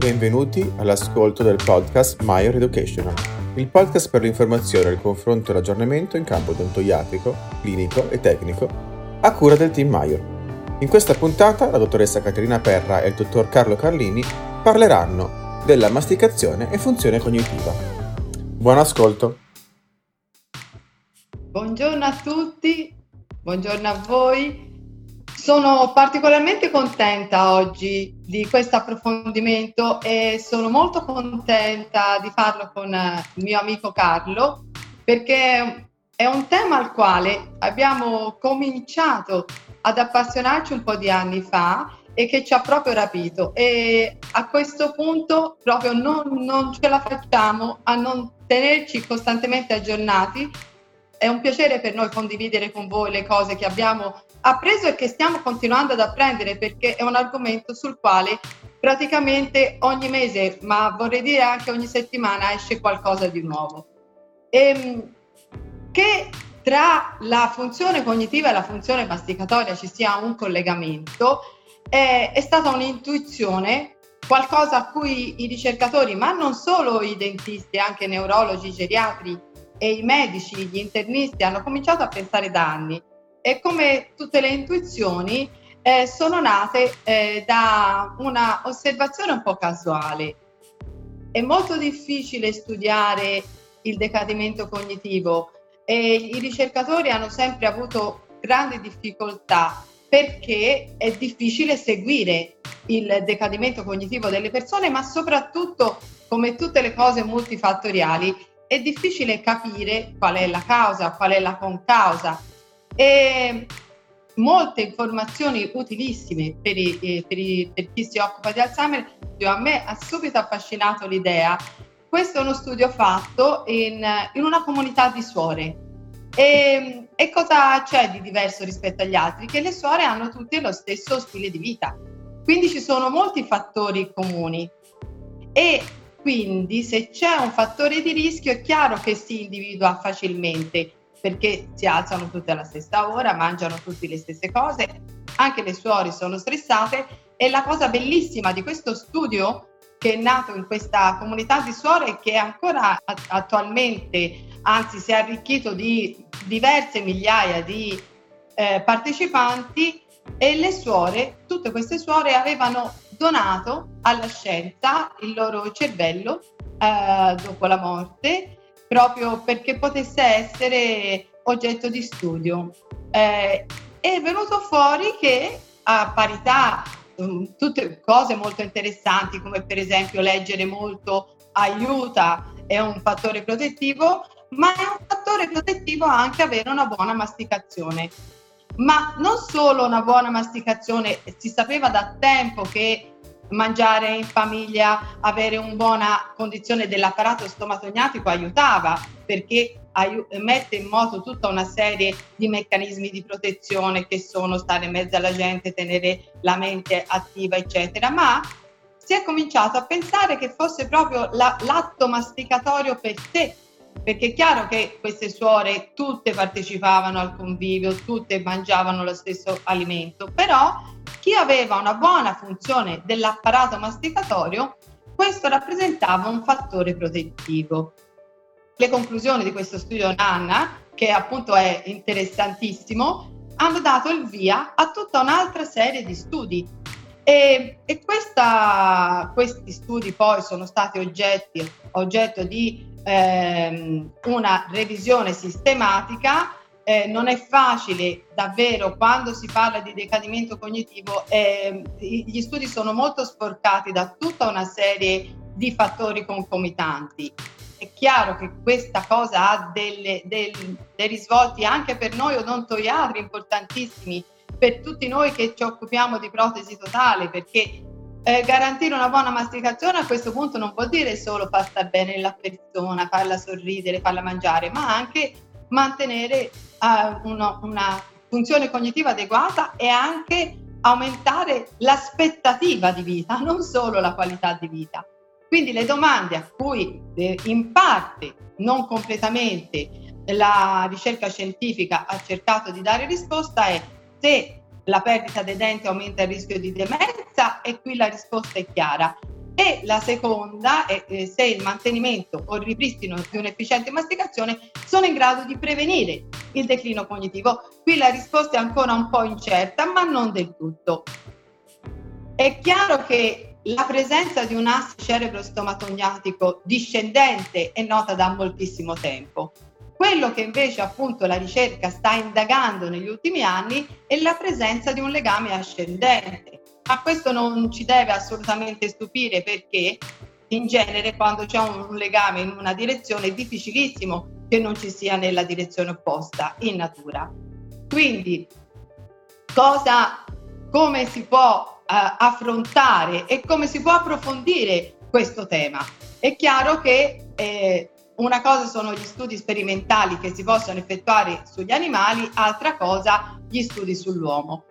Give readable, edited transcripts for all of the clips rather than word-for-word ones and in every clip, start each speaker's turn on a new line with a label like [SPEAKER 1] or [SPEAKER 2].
[SPEAKER 1] benvenuti all'ascolto del podcast Maior Educational, il podcast per l'informazione, il confronto e l'aggiornamento in campo odontoiatrico, clinico e tecnico, a cura del team Maior. In questa puntata la dottoressa Caterina Perra e il dottor Carlo Carlini parleranno della masticazione e funzione cognitiva. Buon ascolto!
[SPEAKER 2] Buongiorno a tutti, buongiorno a voi. Sono particolarmente contenta oggi di questo approfondimento e sono molto contenta di farlo con il mio amico Carlo, perché è un tema al quale abbiamo cominciato ad appassionarci un po' di anni fa e che ci ha proprio rapito, e a questo punto proprio non ce la facciamo a non tenerci costantemente aggiornati. È un piacere per noi condividere con voi le cose che abbiamo appreso e che stiamo continuando ad apprendere, perché è un argomento sul quale praticamente ogni mese, ma vorrei dire anche ogni settimana, esce qualcosa di nuovo. Che tra la funzione cognitiva e la funzione masticatoria ci sia un collegamento è stata un'intuizione, qualcosa a cui i ricercatori, ma non solo i dentisti, anche i neurologi, i geriatri e i medici, gli internisti hanno cominciato a pensare da anni. E come tutte le intuizioni sono nate da una osservazione un po' casuale. È molto difficile studiare il decadimento cognitivo e i ricercatori hanno sempre avuto grandi difficoltà perché è difficile seguire il decadimento cognitivo delle persone, ma soprattutto, come tutte le cose multifattoriali, è difficile capire qual è la causa, qual è la concausa. E molte informazioni utilissime per chi si occupa di Alzheimer. A me ha subito affascinato l'idea. Questo è uno studio fatto in una comunità di suore. E cosa c'è di diverso rispetto agli altri? Che le suore hanno tutte lo stesso stile di vita, quindi ci sono molti fattori comuni, e quindi se c'è un fattore di rischio è chiaro che si individua facilmente, perché si alzano tutte alla stessa ora, mangiano tutte le stesse cose, anche le suore sono stressate. E la cosa bellissima di questo studio, che è nato in questa comunità di suore e che ancora attualmente, anzi si è arricchito di diverse migliaia di partecipanti, e le suore, tutte queste suore avevano donato alla scienza il loro cervello dopo la morte, proprio perché potesse essere oggetto di studio. È venuto fuori che a parità tutte cose molto interessanti, come per esempio leggere molto aiuta, è un fattore protettivo, ma è un fattore protettivo anche avere una buona masticazione. Ma non solo una buona masticazione, si sapeva da tempo che mangiare in famiglia, avere una buona condizione dell'apparato stomatognatico aiutava, perché mette in moto tutta una serie di meccanismi di protezione, che sono stare in mezzo alla gente, tenere la mente attiva, eccetera. Ma si è cominciato a pensare che fosse proprio l'atto masticatorio per sé, perché è chiaro che queste suore tutte partecipavano al convivio, tutte mangiavano lo stesso alimento, però chi aveva una buona funzione dell'apparato masticatorio, questo rappresentava un fattore protettivo. Le conclusioni di questo studio Nanna, che appunto è interessantissimo, hanno dato il via a tutta un'altra serie di studi. E questi studi poi sono stati oggetto di una revisione sistematica. Non è facile davvero quando si parla di decadimento cognitivo, gli studi sono molto sporcati da tutta una serie di fattori concomitanti. È chiaro che questa cosa ha dei risvolti anche per noi odontoiatri importantissimi, per tutti noi che ci occupiamo di protesi totale, perché garantire una buona masticazione a questo punto non vuol dire solo far star bene la persona, farla sorridere, farla mangiare, ma anche mantenere una funzione cognitiva adeguata e anche aumentare l'aspettativa di vita, non solo la qualità di vita. Quindi le domande a cui in parte, non completamente, la ricerca scientifica ha cercato di dare risposta è se la perdita dei denti aumenta il rischio di demenza, e qui la risposta è chiara. e la seconda è se il mantenimento o il ripristino di un'efficiente masticazione sono in grado di prevenire il declino cognitivo. Qui la risposta è ancora un po' incerta, ma non del tutto. È chiaro che la presenza di un asse cerebro-stomatognatico discendente è nota da moltissimo tempo. Quello che invece appunto la ricerca sta indagando negli ultimi anni è la presenza di un legame ascendente. Ma questo non ci deve assolutamente stupire, perché in genere quando c'è un legame in una direzione è difficilissimo che non ci sia nella direzione opposta in natura. Quindi come si può affrontare e come si può approfondire questo tema? È chiaro che una cosa sono gli studi sperimentali che si possono effettuare sugli animali, altra cosa gli studi sull'uomo.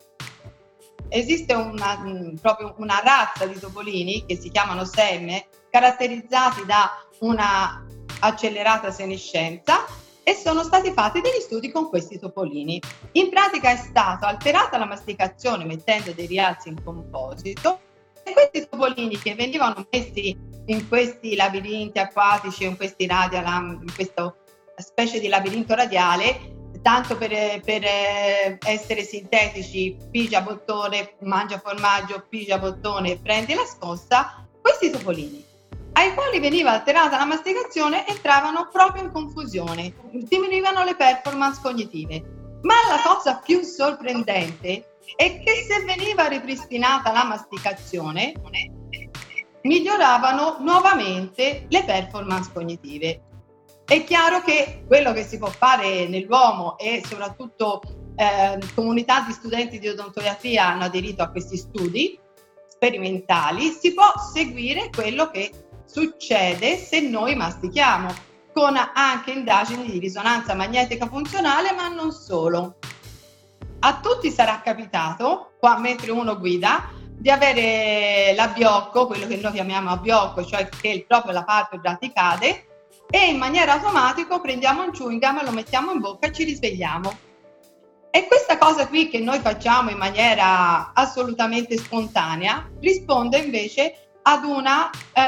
[SPEAKER 2] Esiste proprio una razza di topolini che si chiamano semme, caratterizzati da una accelerata senescenza, e sono stati fatti degli studi con questi topolini. In pratica è stata alterata la masticazione mettendo dei rialzi in composito, e questi topolini che venivano messi in questi labirinti acquatici, in questi radialam, in questa specie di labirinto radiale, tanto per essere sintetici, pigia bottone, mangia formaggio, pigia bottone, prendi la scossa, questi topolini ai quali veniva alterata la masticazione entravano proprio in confusione, diminuivano le performance cognitive. Ma la cosa più sorprendente è che se veniva ripristinata la masticazione, miglioravano nuovamente le performance cognitive. È chiaro che quello che si può fare nell'uomo, e soprattutto comunità di studenti di odontoiatria hanno aderito a questi studi sperimentali, si può seguire quello che succede se noi mastichiamo, con anche indagini di risonanza magnetica funzionale, ma non solo. A tutti sarà capitato, qua mentre uno guida, di avere l'abbiocco, quello che noi chiamiamo abbiocco, cioè che proprio la palpebra ti cade, e in maniera automatica prendiamo un chewing gum, lo mettiamo in bocca e ci risvegliamo. E questa cosa qui che noi facciamo in maniera assolutamente spontanea risponde invece ad una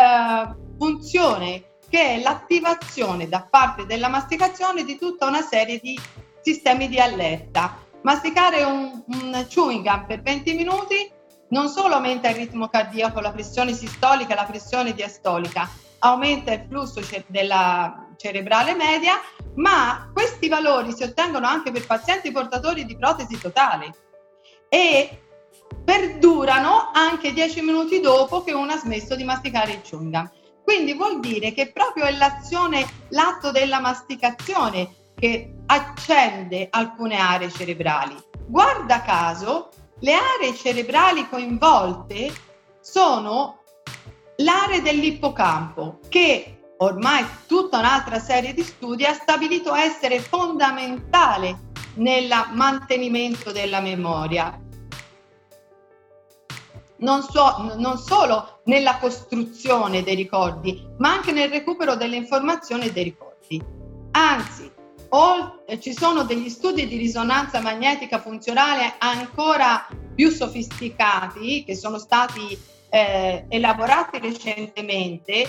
[SPEAKER 2] funzione che è l'attivazione da parte della masticazione di tutta una serie di sistemi di allerta. Masticare un chewing gum per 20 minuti non solo aumenta il ritmo cardiaco, la pressione sistolica e la pressione diastolica, aumenta il flusso della cerebrale media, ma questi valori si ottengono anche per pazienti portatori di protesi totale e perdurano anche 10 minuti dopo che uno ha smesso di masticare il chewing gum. Quindi vuol dire che proprio è l'atto della masticazione che accende alcune aree cerebrali. Guarda caso, le aree cerebrali coinvolte sono l'area dell'ippocampo, che ormai tutta un'altra serie di studi ha stabilito essere fondamentale nel mantenimento della memoria. Non solo nella costruzione dei ricordi, ma anche nel recupero delle informazioni e dei ricordi. Anzi, ci sono degli studi di risonanza magnetica funzionale ancora più sofisticati che sono stati elaborati recentemente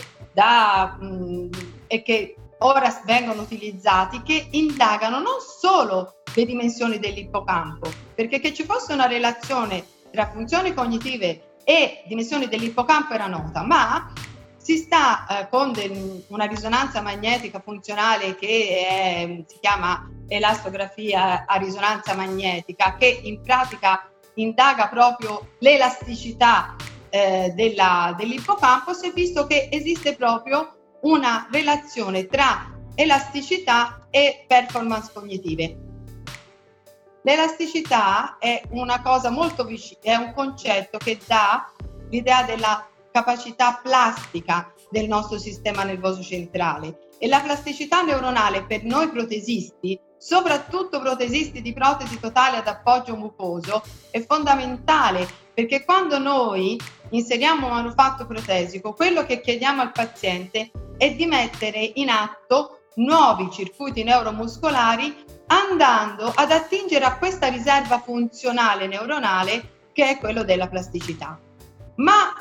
[SPEAKER 2] e che ora vengono utilizzati, che indagano non solo le dimensioni dell'ippocampo, perché che ci fosse una relazione tra funzioni cognitive e dimensioni dell'ippocampo era nota, ma si sta con una risonanza magnetica funzionale che si chiama elastografia a risonanza magnetica, che in pratica indaga proprio l'elasticità dell'ippocampo. Si è visto che esiste proprio una relazione tra elasticità e performance cognitive. L'elasticità è una cosa molto vicina, è un concetto che dà l'idea della capacità plastica del nostro sistema nervoso centrale, e la plasticità neuronale per noi protesisti, soprattutto protesisti di protesi totale ad appoggio mucoso, è fondamentale, perché quando noi inseriamo un manufatto protesico, quello che chiediamo al paziente è di mettere in atto nuovi circuiti neuromuscolari, andando ad attingere a questa riserva funzionale neuronale che è quello della plasticità. Ma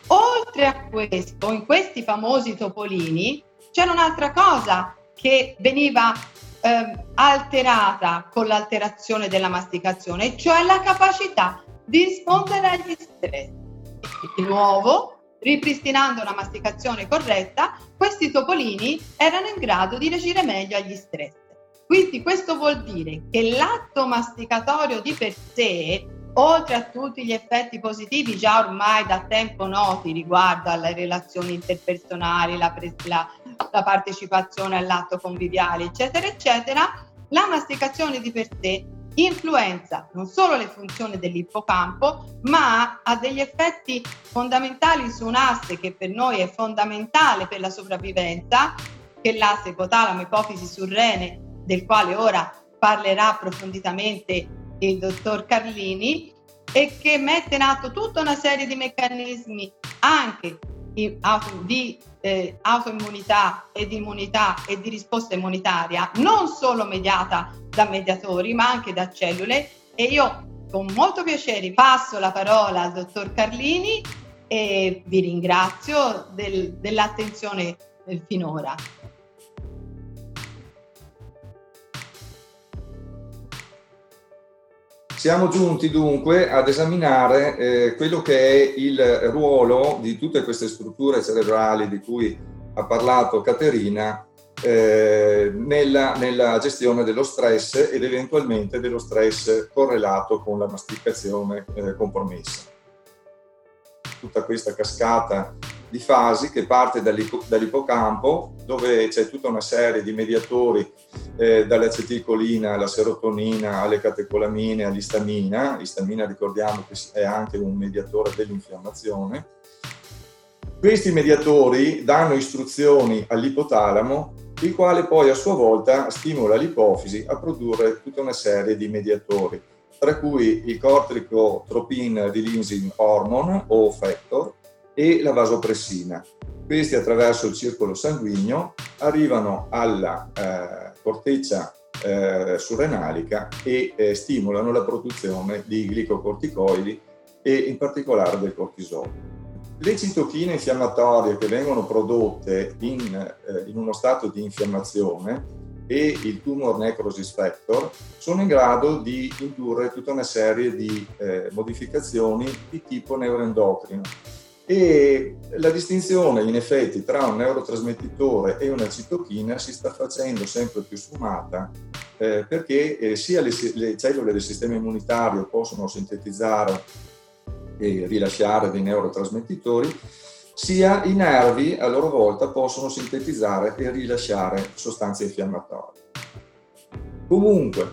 [SPEAKER 2] Oltre a questo, in questi famosi topolini c'era un'altra cosa che veniva alterata con l'alterazione della masticazione, cioè la capacità di rispondere agli stress. Di nuovo, ripristinando una masticazione corretta, questi topolini erano in grado di reagire meglio agli stress. Quindi questo vuol dire che l'atto masticatorio di per sé, oltre a tutti gli effetti positivi già ormai da tempo noti riguardo alle relazioni interpersonali, la partecipazione all'atto conviviale, eccetera, eccetera, la masticazione di per sé influenza non solo le funzioni dell'ippocampo, ma ha degli effetti fondamentali su un asse che per noi è fondamentale per la sopravvivenza, che è l'asse ipotalamo-ipofisi surrene, del quale ora parlerà approfonditamente il dottor Carlini, e che mette in atto tutta una serie di meccanismi anche di autoimmunità e di immunità e di risposta immunitaria, non solo mediata da mediatori ma anche da cellule. E io con molto piacere passo la parola al dottor Carlini e vi ringrazio dell'attenzione finora.
[SPEAKER 3] Siamo giunti dunque ad esaminare quello che è il ruolo di tutte queste strutture cerebrali di cui ha parlato Caterina nella gestione dello stress ed eventualmente dello stress correlato con la masticazione compromessa. Tutta questa cascata di fasi che parte dall'ippocampo, dove c'è tutta una serie di mediatori, dall'acetilcolina alla serotonina, alle catecolamine, all'istamina. L'istamina, ricordiamo che è anche un mediatore dell'infiammazione. Questi mediatori danno istruzioni all'ipotalamo, il quale poi a sua volta stimola l'ipofisi a produrre tutta una serie di mediatori, tra cui il corticotropin releasing hormone o factor e la vasopressina. Questi attraverso il circolo sanguigno arrivano alla corteccia surrenalica e stimolano la produzione di glicocorticoidi e in particolare del cortisolo. Le citochine infiammatorie che vengono prodotte in uno stato di infiammazione e il tumor necrosis factor sono in grado di indurre tutta una serie di modificazioni di tipo neuroendocrino. E la distinzione in effetti tra un neurotrasmettitore e una citochina si sta facendo sempre più sfumata perché sia le cellule del sistema immunitario possono sintetizzare e rilasciare dei neurotrasmettitori, sia i nervi a loro volta possono sintetizzare e rilasciare sostanze infiammatorie. Comunque,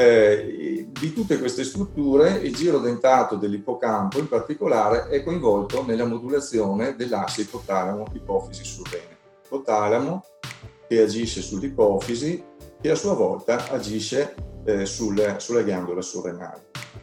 [SPEAKER 3] di tutte queste strutture, il giro dentato dell'ippocampo in particolare è coinvolto nella modulazione dell'asse ipotalamo-ipofisi surrene. Ipotalamo che agisce sull'ipofisi, che a sua volta agisce sulle ghiandole surrenali.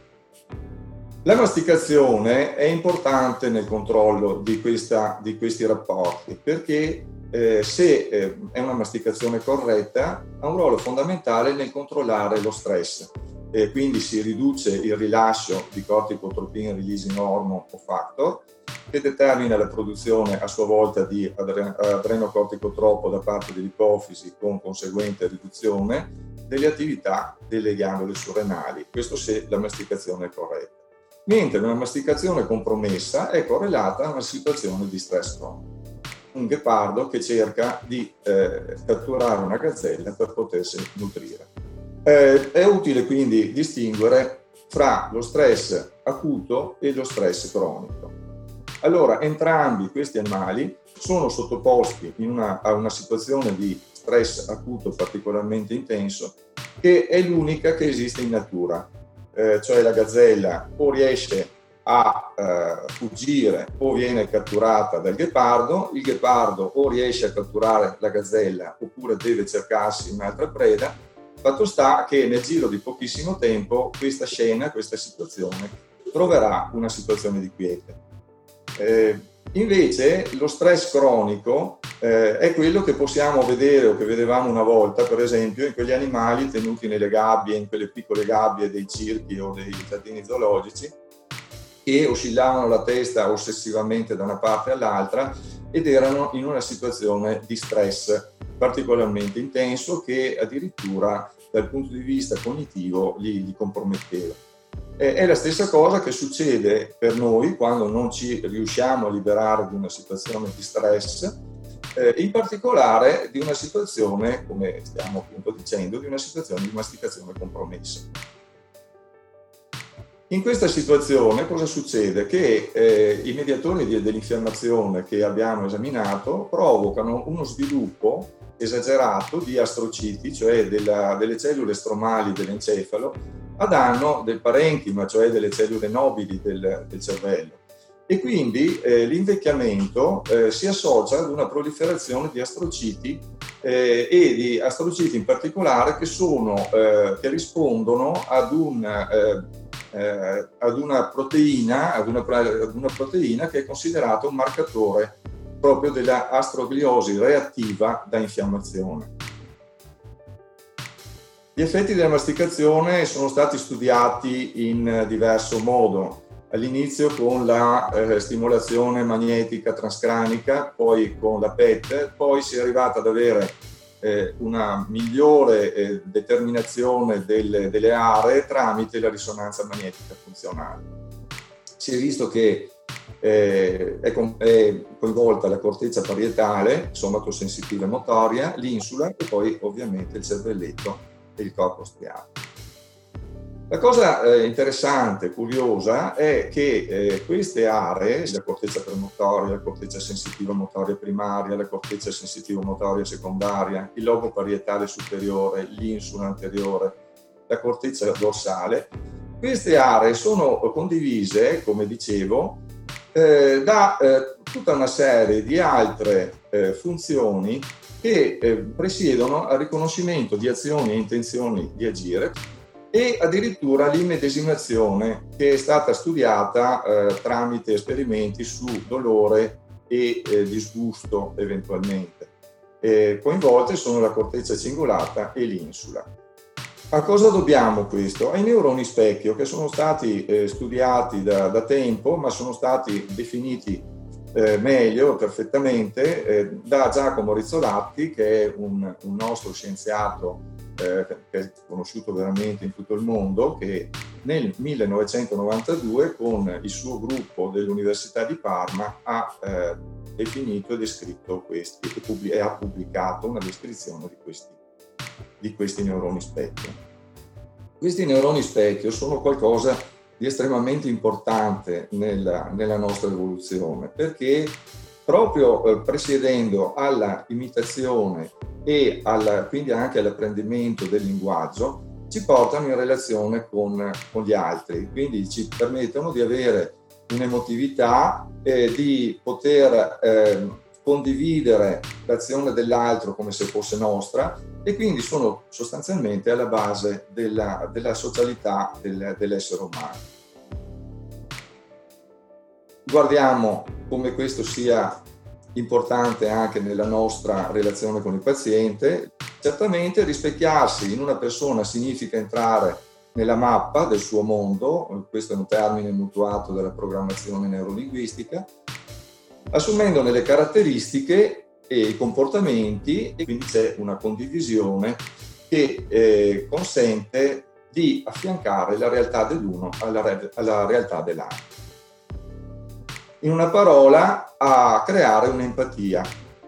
[SPEAKER 3] La masticazione è importante nel controllo di questi rapporti perché se è una masticazione corretta ha un ruolo fondamentale nel controllare lo stress, quindi si riduce il rilascio di corticotropin releasing hormone o factor che determina la produzione a sua volta di adrenocorticotropo da parte dell'ipofisi con conseguente riduzione delle attività delle ghiandole surrenali, questo se la masticazione è corretta. Mentre una masticazione compromessa è correlata a una situazione di stress cronico. Un ghepardo che cerca di catturare una gazzella per potersi nutrire. È utile quindi distinguere fra lo stress acuto e lo stress cronico. Allora, entrambi questi animali sono sottoposti a una situazione di stress acuto particolarmente intenso, che è l'unica che esiste in natura. Cioè la gazzella o riesce a fuggire o viene catturata dal ghepardo, il ghepardo o riesce a catturare la gazzella oppure deve cercarsi un'altra preda. Fatto sta che nel giro di pochissimo tempo questa scena, questa situazione troverà una situazione di quiete. Invece lo stress cronico è quello che possiamo vedere o che vedevamo una volta, per esempio, in quegli animali tenuti nelle gabbie, in quelle piccole gabbie dei circhi o dei giardini zoologici, che oscillavano la testa ossessivamente da una parte all'altra ed erano in una situazione di stress particolarmente intenso che addirittura dal punto di vista cognitivo li comprometteva. È la stessa cosa che succede per noi quando non ci riusciamo a liberare di una situazione di stress, in particolare di una situazione, come stiamo appunto dicendo, di una situazione di masticazione compromessa. In questa situazione cosa succede? Che i mediatori dell'infiammazione che abbiamo esaminato provocano uno sviluppo esagerato di astrociti, cioè delle cellule stromali dell'encefalo, a danno del parenchima, cioè delle cellule nobili del cervello. E quindi l'invecchiamento si associa ad una proliferazione di astrociti e di astrociti in particolare che rispondono ad una proteina che è considerata un marcatore proprio della astrogliosi reattiva da infiammazione. Gli effetti della masticazione sono stati studiati in diverso modo. All'inizio con la stimolazione magnetica transcranica, poi con la PET, poi si è arrivata ad avere una migliore determinazione delle aree tramite la risonanza magnetica funzionale. Si è visto che è coinvolta la corteccia parietale, somatosensitiva motoria, l'insula e poi ovviamente il cervelletto e il corpo striato. La cosa interessante, curiosa, è che queste aree, la corteccia premotoria, la corteccia sensitiva motoria primaria, la corteccia sensitiva motoria secondaria, il lobo parietale superiore, l'insula anteriore, la corteccia dorsale, queste aree sono condivise, come dicevo, da tutta una serie di altre funzioni che presiedono al riconoscimento di azioni e intenzioni di agire e addirittura l'immedesimazione che è stata studiata tramite esperimenti su dolore e disgusto eventualmente. Coinvolte sono la corteccia cingolata e l'insula. A cosa dobbiamo questo? Ai neuroni specchio che sono stati studiati da tempo, ma sono stati definiti meglio, perfettamente, da Giacomo Rizzolatti, che è un nostro scienziato che è conosciuto veramente in tutto il mondo, che nel 1992 con il suo gruppo dell'Università di Parma ha definito e descritto questi e ha pubblicato una descrizione di questi neuroni specchio. Questi neuroni specchio sono qualcosa di estremamente importante nella nostra evoluzione, perché proprio presiedendo alla imitazione e quindi anche all'apprendimento del linguaggio, ci portano in relazione con gli altri, quindi ci permettono di avere un'emotività, di poter condividere l'azione dell'altro come se fosse nostra e quindi sono sostanzialmente alla base della socialità dell'essere umano. Guardiamo come questo sia importante anche nella nostra relazione con il paziente. Certamente rispecchiarsi in una persona significa entrare nella mappa del suo mondo, questo è un termine mutuato dalla programmazione neurolinguistica, assumendone le caratteristiche e i comportamenti, e quindi c'è una condivisione che consente di affiancare la realtà dell'uno alla realtà dell'altro. In una parola, a creare un'empatia.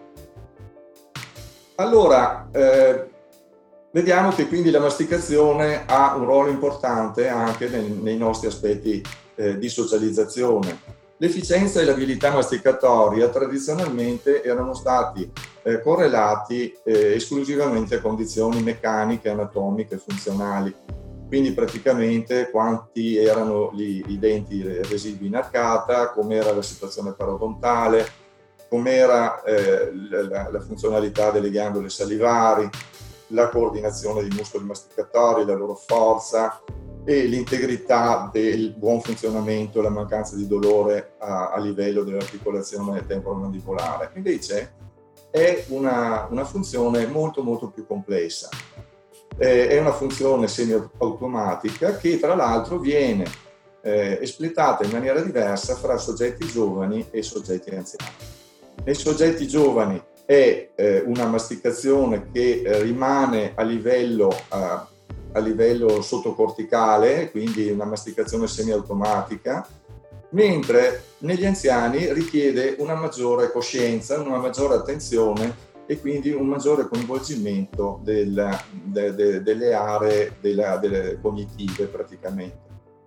[SPEAKER 3] Allora, vediamo che quindi la masticazione ha un ruolo importante anche nei nostri aspetti di socializzazione. L'efficienza e l'abilità masticatoria tradizionalmente erano stati correlati esclusivamente a condizioni meccaniche, anatomiche, funzionali. Quindi praticamente quanti erano i denti residui in arcata, com'era la situazione parodontale, com'era la funzionalità delle ghiandole salivari, la coordinazione dei muscoli masticatori, la loro forza e l'integrità del buon funzionamento, la mancanza di dolore a livello dell'articolazione temporomandibolare. Invece è una funzione molto molto più complessa. È una funzione semi-automatica che tra l'altro viene espletata in maniera diversa fra soggetti giovani e soggetti anziani. Nei soggetti giovani è una masticazione che rimane a livello sottocorticale, quindi una masticazione semiautomatica, mentre negli anziani richiede una maggiore coscienza, una maggiore attenzione e quindi un maggiore coinvolgimento delle aree delle cognitive praticamente.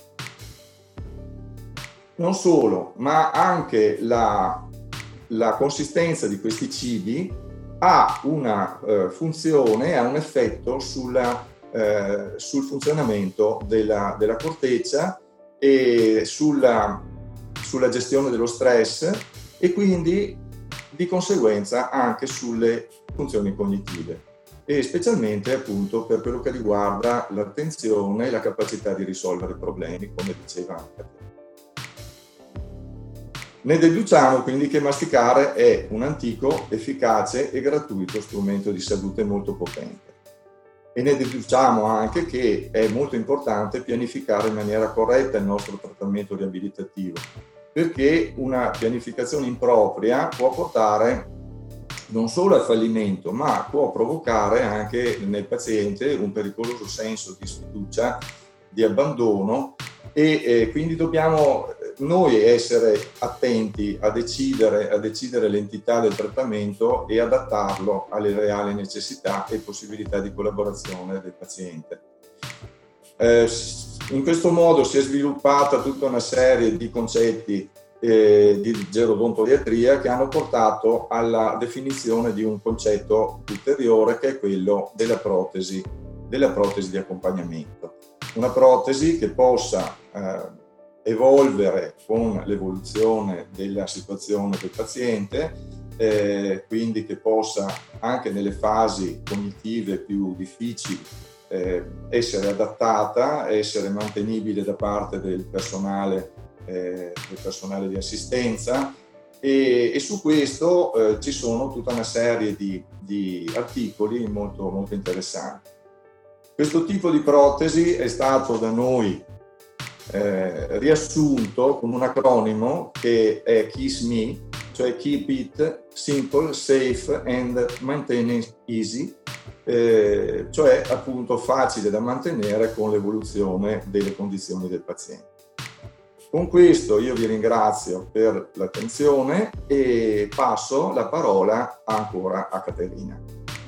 [SPEAKER 3] Non solo, ma anche la consistenza di questi cibi ha una funzione, ha un effetto sul funzionamento della corteccia e sulla gestione dello stress e quindi di conseguenza anche sulle funzioni cognitive e specialmente appunto per quello che riguarda l'attenzione e la capacità di risolvere problemi, come diceva anche. Ne deduciamo quindi che masticare è un antico, efficace e gratuito strumento di salute molto potente. E ne deduciamo anche che è molto importante pianificare in maniera corretta il nostro trattamento riabilitativo, perché una pianificazione impropria può portare non solo al fallimento, ma può provocare anche nel paziente un pericoloso senso di sfiducia, di abbandono e quindi dobbiamo noi essere attenti a decidere l'entità del trattamento e adattarlo alle reali necessità e possibilità di collaborazione del paziente. In questo modo si è sviluppata tutta una serie di concetti di gerodontodiatria che hanno portato alla definizione di un concetto ulteriore che è quello della protesi di accompagnamento. Una protesi che possa evolvere con l'evoluzione della situazione del paziente, quindi che possa anche nelle fasi cognitive più difficili essere adattata, essere mantenibile da parte del personale di assistenza e su questo ci sono tutta una serie di articoli molto, molto interessanti. Questo tipo di protesi è stato da noi riassunto con un acronimo che è KISS-ME, cioè Keep It Simple, Safe and Maintenance Easy, cioè appunto facile da mantenere con l'evoluzione delle condizioni del paziente. Con questo io vi ringrazio per l'attenzione e passo la parola ancora a Caterina.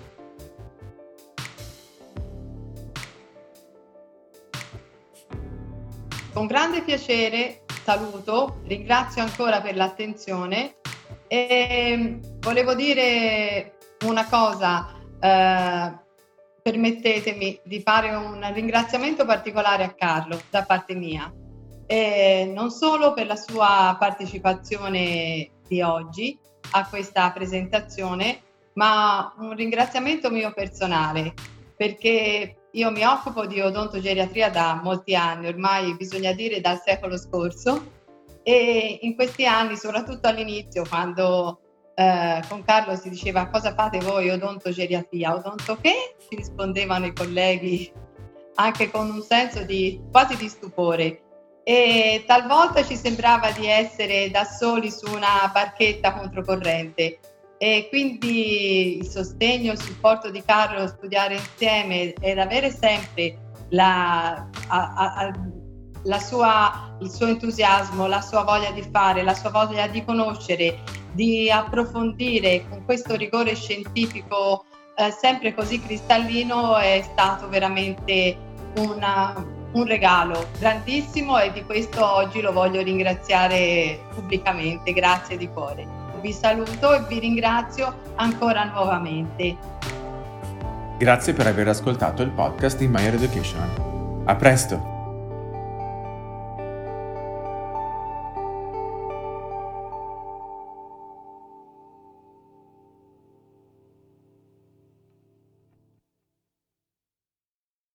[SPEAKER 2] Con grande piacere saluto, ringrazio ancora per l'attenzione e volevo dire una cosa, permettetemi di fare un ringraziamento particolare a Carlo da parte mia, non solo per la sua partecipazione di oggi a questa presentazione, ma un ringraziamento mio personale, perché io mi occupo di odontogeriatria da molti anni, ormai bisogna dire dal secolo scorso, e in questi anni, soprattutto all'inizio, quando con Carlo si diceva cosa fate voi odontogeriatria, odonto che? Ci rispondevano i colleghi anche con un senso quasi di stupore e talvolta ci sembrava di essere da soli su una barchetta controcorrente. E quindi il sostegno, il supporto di Carlo, studiare insieme ed avere sempre il suo entusiasmo, la sua voglia di fare, la sua voglia di conoscere, di approfondire con questo rigore scientifico sempre così cristallino è stato veramente un regalo grandissimo e di questo oggi lo voglio ringraziare pubblicamente. Grazie di cuore. Vi saluto e vi ringrazio ancora nuovamente.
[SPEAKER 1] Grazie per aver ascoltato il podcast di My Education. A presto!